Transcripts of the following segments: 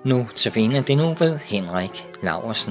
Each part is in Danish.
Notabene det nu ved Henrik Laursen.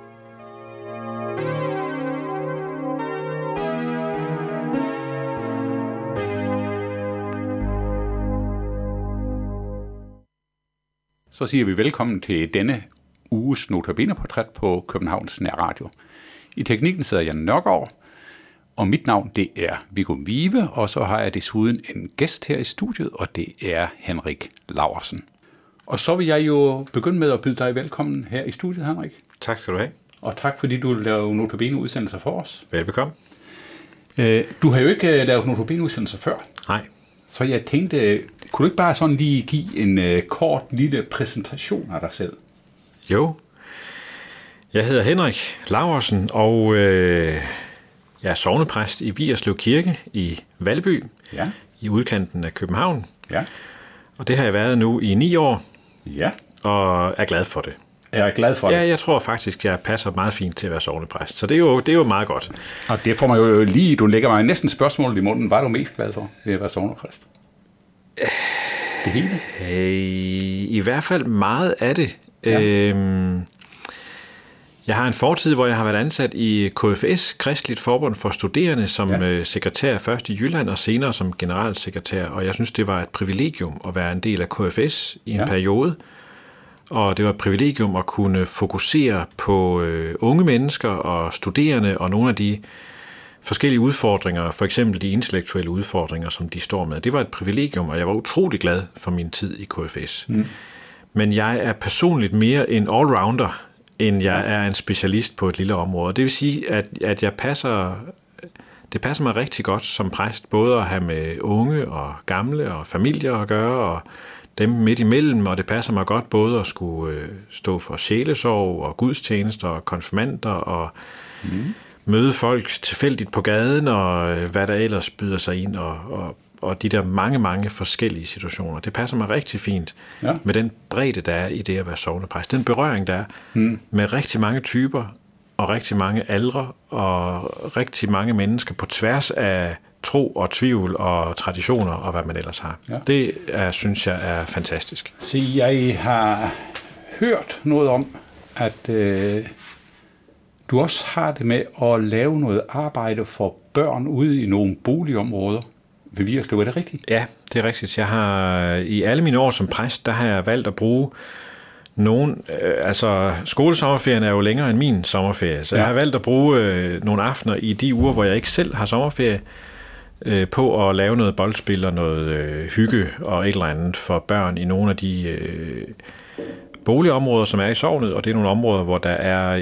Så siger vi velkommen til denne uges Notabene-portræt på Københavns Nærradio. I teknikken sidder Jan Nørgaard, og mit navn det er Viggo Vive, og så har jeg desuden en gæst her i studiet, og det er Henrik Laursen. Og så vil jeg jo begynde med at byde dig velkommen her i studiet, Henrik. Tak skal du have. Og tak fordi du laver Notabene-udsendelser for os. Velbekomme. Du har jo ikke lavet Notabene-udsendelser før. Nej. Så jeg tænkte, kunne du ikke bare sådan lige give en kort lille præsentation af dig selv? Jo. Jeg hedder Henrik Laursen, og jeg er sognepræst i Vigerslev Kirke i Valby, ja. I udkanten af København. Ja. Og det har jeg været nu i 9 år, ja. Og er glad for det. Jeg er glad for det. Ja, jeg tror faktisk, jeg passer meget fint til at være sognepræst, så det er jo meget godt. Og det får mig jo lige, du lægger mig næsten spørgsmålet i munden. Hvad er du mest glad for ved at være sognepræst? Det hele? I hvert fald meget af det. Ja. Jeg har en fortid, hvor jeg har været ansat i KFS, Kristeligt Forbund for Studerende, som sekretær først i Jylland og senere som generalsekretær. Og jeg synes, det var et privilegium at være en del af KFS i en periode. Og det var et privilegium at kunne fokusere på unge mennesker og studerende og nogle af de forskellige udfordringer, for eksempel de intellektuelle udfordringer, som de står med. Det var et privilegium, og jeg var utrolig glad for min tid i KFS. Men jeg er personligt mere en allrounder, end jeg er en specialist på et lille område. Det vil sige, at det passer mig rigtig godt som præst, både at have med unge og gamle og familier at gøre, og dem midt imellem, og det passer mig godt både at skulle stå for sjælesorg og gudstjenester og konfirmander og møde folk tilfældigt på gaden og hvad der ellers byder sig ind og de der mange forskellige situationer. Det passer mig rigtig fint med den bredde, der er i det at være sognepræst. Den berøring, der er med rigtig mange typer og rigtig mange aldre og rigtig mange mennesker på tværs af tro og tvivl og traditioner og hvad man ellers har. Ja. Det synes jeg er fantastisk. Så jeg har hørt noget om, at du også har det med at lave noget arbejde for børn ude i nogle boligområder ved Vigerslev. Er det rigtigt? Ja, det er rigtigt. Jeg har i alle mine år som præst, der har jeg valgt at bruge skolesommerferien er jo længere end min sommerferie, så jeg har valgt at bruge nogle aftener i de uger, hvor jeg ikke selv har sommerferie, på at lave noget boldspil og noget hygge og et eller andet for børn i nogle af de boligområder, som er i sognet, og det er nogle områder, hvor der er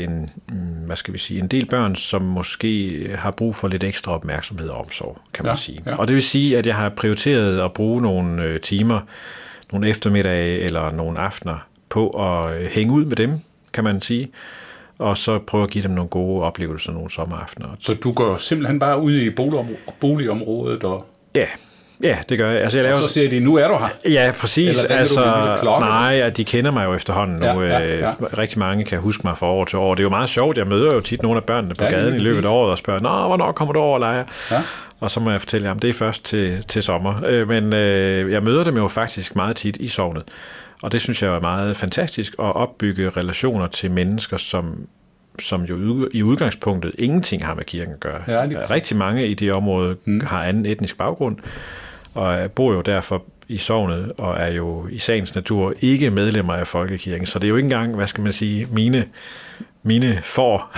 en del børn, som måske har brug for lidt ekstra opmærksomhed og omsorg, kan man sige. Ja. Og det vil sige, at jeg har prioriteret at bruge nogle timer, nogle eftermiddage eller nogle aftener på at hænge ud med dem, kan man sige, og så prøve at give dem nogle gode oplevelser nogle sommeraftener. Så du går simpelthen bare ud i boligområdet og... Ja, det gør jeg. Altså, jeg laver... Og så siger de, nu er du her. Ja, præcis. Nej, de kender mig jo efterhånden nu. Rigtig mange kan huske mig fra år til år. Det er jo meget sjovt. Jeg møder jo tit nogle af børnene på gaden i løbet af året og spørger, hvornår kommer du over og leger? Ja. Og så må jeg fortælle jer, det er først til sommer. Men jeg møder dem jo faktisk meget tit i sognet. Og det synes jeg er meget fantastisk, at opbygge relationer til mennesker, som jo i udgangspunktet ingenting har med kirken at gøre. Ja, rigtig mange i det område har anden etnisk baggrund, og bor jo derfor i sognet, og er jo i sagens natur ikke medlemmer af folkekirken. Så det er jo ikke engang, hvad skal man sige, mine får,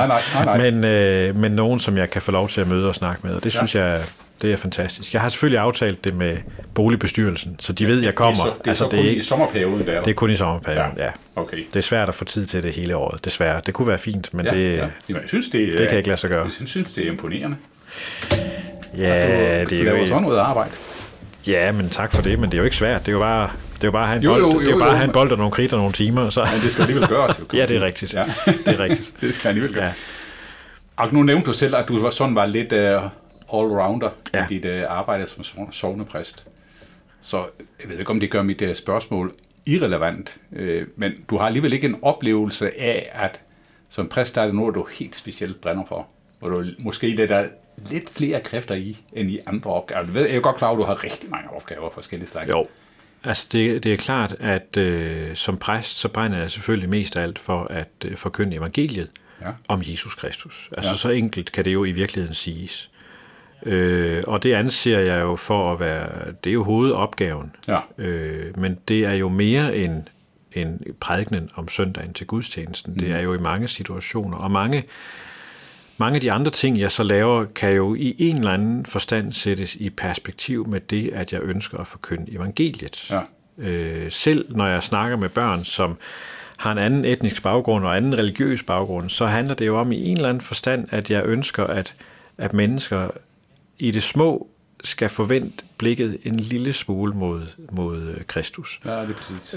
nej. Men nogen, som jeg kan få lov til at møde og snakke med, og det synes jeg, det er fantastisk. Jeg har selvfølgelig aftalt det med boligbestyrelsen, så de ved, at jeg kommer. Det er kun i sommerperioden, der. Det er kun i sommerperioden, ja. Okay. Det er svært at få tid til det hele året, desværre. Det kunne være fint, men jeg synes, det kan ikke lade sig gøre. Jeg synes, det er imponerende. Ja, det er jo sådan noget arbejde. Ja, men tak for det, men det er jo ikke svært. Det er jo bare at have en bold. Det er jo bare at have en bold og nogle kridt og nogle timer. Så. Men det skal alligevel gøres. Ja, det er rigtigt. Ja. Det er rigtigt. Det skal alligevel gøres. Ja. Og nu nævnte du selv, at du var lidt all-rounder i dit arbejde som sognepræst. Så jeg ved ikke, om det gør mit spørgsmål irrelevant, men du har alligevel ikke en oplevelse af, at som præst er det noget, du helt specielt brænder for, hvor du måske det der lidt flere kræfter i, end i andre opgaver. Jeg er jo godt klar, at du har rigtig mange opgaver forskellige slags. Jo. Altså det er klart, at som præst, så brænder jeg selvfølgelig mest af alt for at forkynde evangeliet om Jesus Kristus. Altså så enkelt kan det jo i virkeligheden siges. Og det anser jeg jo for at være, det er jo hovedopgaven. Ja. Men det er jo mere end prædikenen om søndagen til gudstjenesten. Det er jo i mange situationer, og mange af de andre ting, jeg så laver, kan jo i en eller anden forstand sættes i perspektiv med det, at jeg ønsker at forkynde evangeliet. Ja. Selv når jeg snakker med børn, som har en anden etnisk baggrund og anden religiøs baggrund, så handler det jo om i en eller anden forstand, at jeg ønsker, at mennesker i det små skal forvente blikket en lille smule mod Kristus. Ja, det er præcis.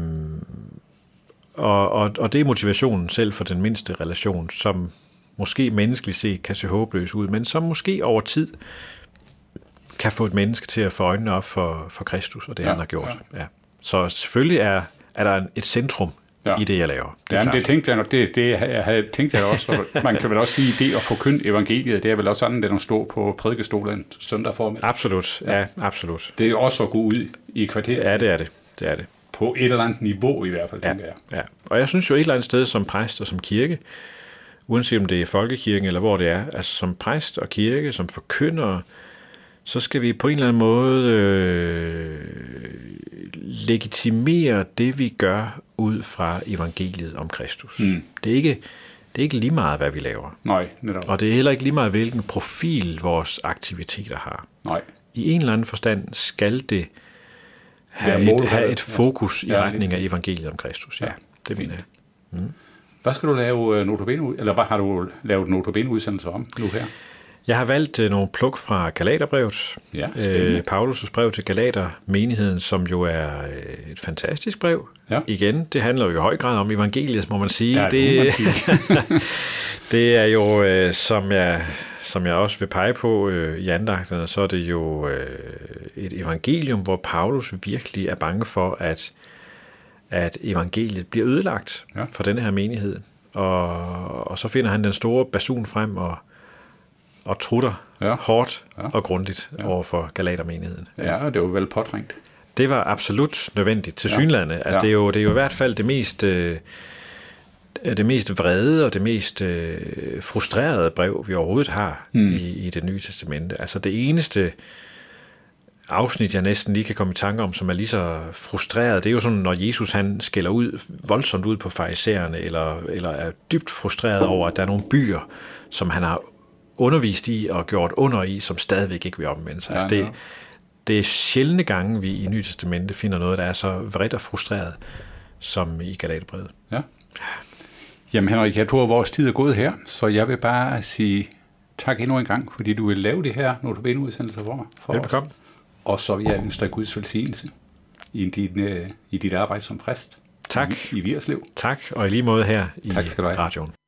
Og det er motivationen selv for den mindste relation, som måske menneskeligt set kan se håbløs ud, men som måske over tid kan få et menneske til at få øjnene op for Kristus, og det han har gjort. Ja. Så selvfølgelig er der et centrum i det, jeg laver. Det tænkte jeg, det havde tænkt jeg også. Man kan vel også sige, det at forkynde evangeliet, det er vel også sådan, at den står på prædikestolen søndag formiddag. Absolut, ja, absolut. Det er også at gå ud i kvarteret. Ja, det er det. På et eller andet niveau i hvert fald, tænker jeg. Ja. Og jeg synes jo et eller andet sted som præst og som kirke, uanset om det er folkekirken eller hvor det er, altså som præst og kirke, som forkynder, så skal vi på en eller anden måde legitimere det, vi gør ud fra evangeliet om Kristus. Det er ikke lige meget, hvad vi laver. Nej, netop. Og det er heller ikke lige meget, hvilken profil vores aktiviteter har. Nej. I en eller anden forstand skal det have et fokus i retning af evangeliet om Kristus. Ja, det mener jeg. Hvad skal du lave notabene, eller hvad har du lavet notabene-udsendelser om nu her? Jeg har valgt nogle pluk fra Galaterbrevet, Paulus' brev til Galater-menigheden, som jo er et fantastisk brev. Ja. Igen, det handler jo i høj grad om evangeliet, må man sige. Ja, det er jo, som jeg også vil pege på i andagterne, så er det jo et evangelium, hvor Paulus virkelig er bange for, at evangeliet bliver ødelagt for denne her menighed. Og så finder han den store basun frem og trutter hårdt og grundigt over for Galatermenigheden. Ja, det var vel påtrængt. Det var absolut nødvendigt til synlande. Altså, det er jo i hvert fald det mest vrede og det mest frustrerede brev, vi overhovedet har i det nye testamente. Altså det eneste afsnit, jeg næsten lige kan komme i tanke om, som er lige så frustreret, det er jo sådan, når Jesus han skælder voldsomt ud på farisæerne, eller er dybt frustreret over, at der er nogle byer, som han har undervist i og gjort under i, som stadigvæk ikke vil omvende sig. Altså det er sjældne gange, vi i Nye Testamente finder noget, der er så vredt og frustreret, som i Galaterbrevet. Ja. Jamen Henrik, jeg tror, at vores tid er gået her, så jeg vil bare sige tak endnu en gang, fordi du vil lave det her notabene-udsendelser for Velbekomme. os. Og så vil jeg ønske dig Guds velsignelse i dit arbejde som præst. Tak. I Vigerslev. Tak, og i lige måde her i radioen.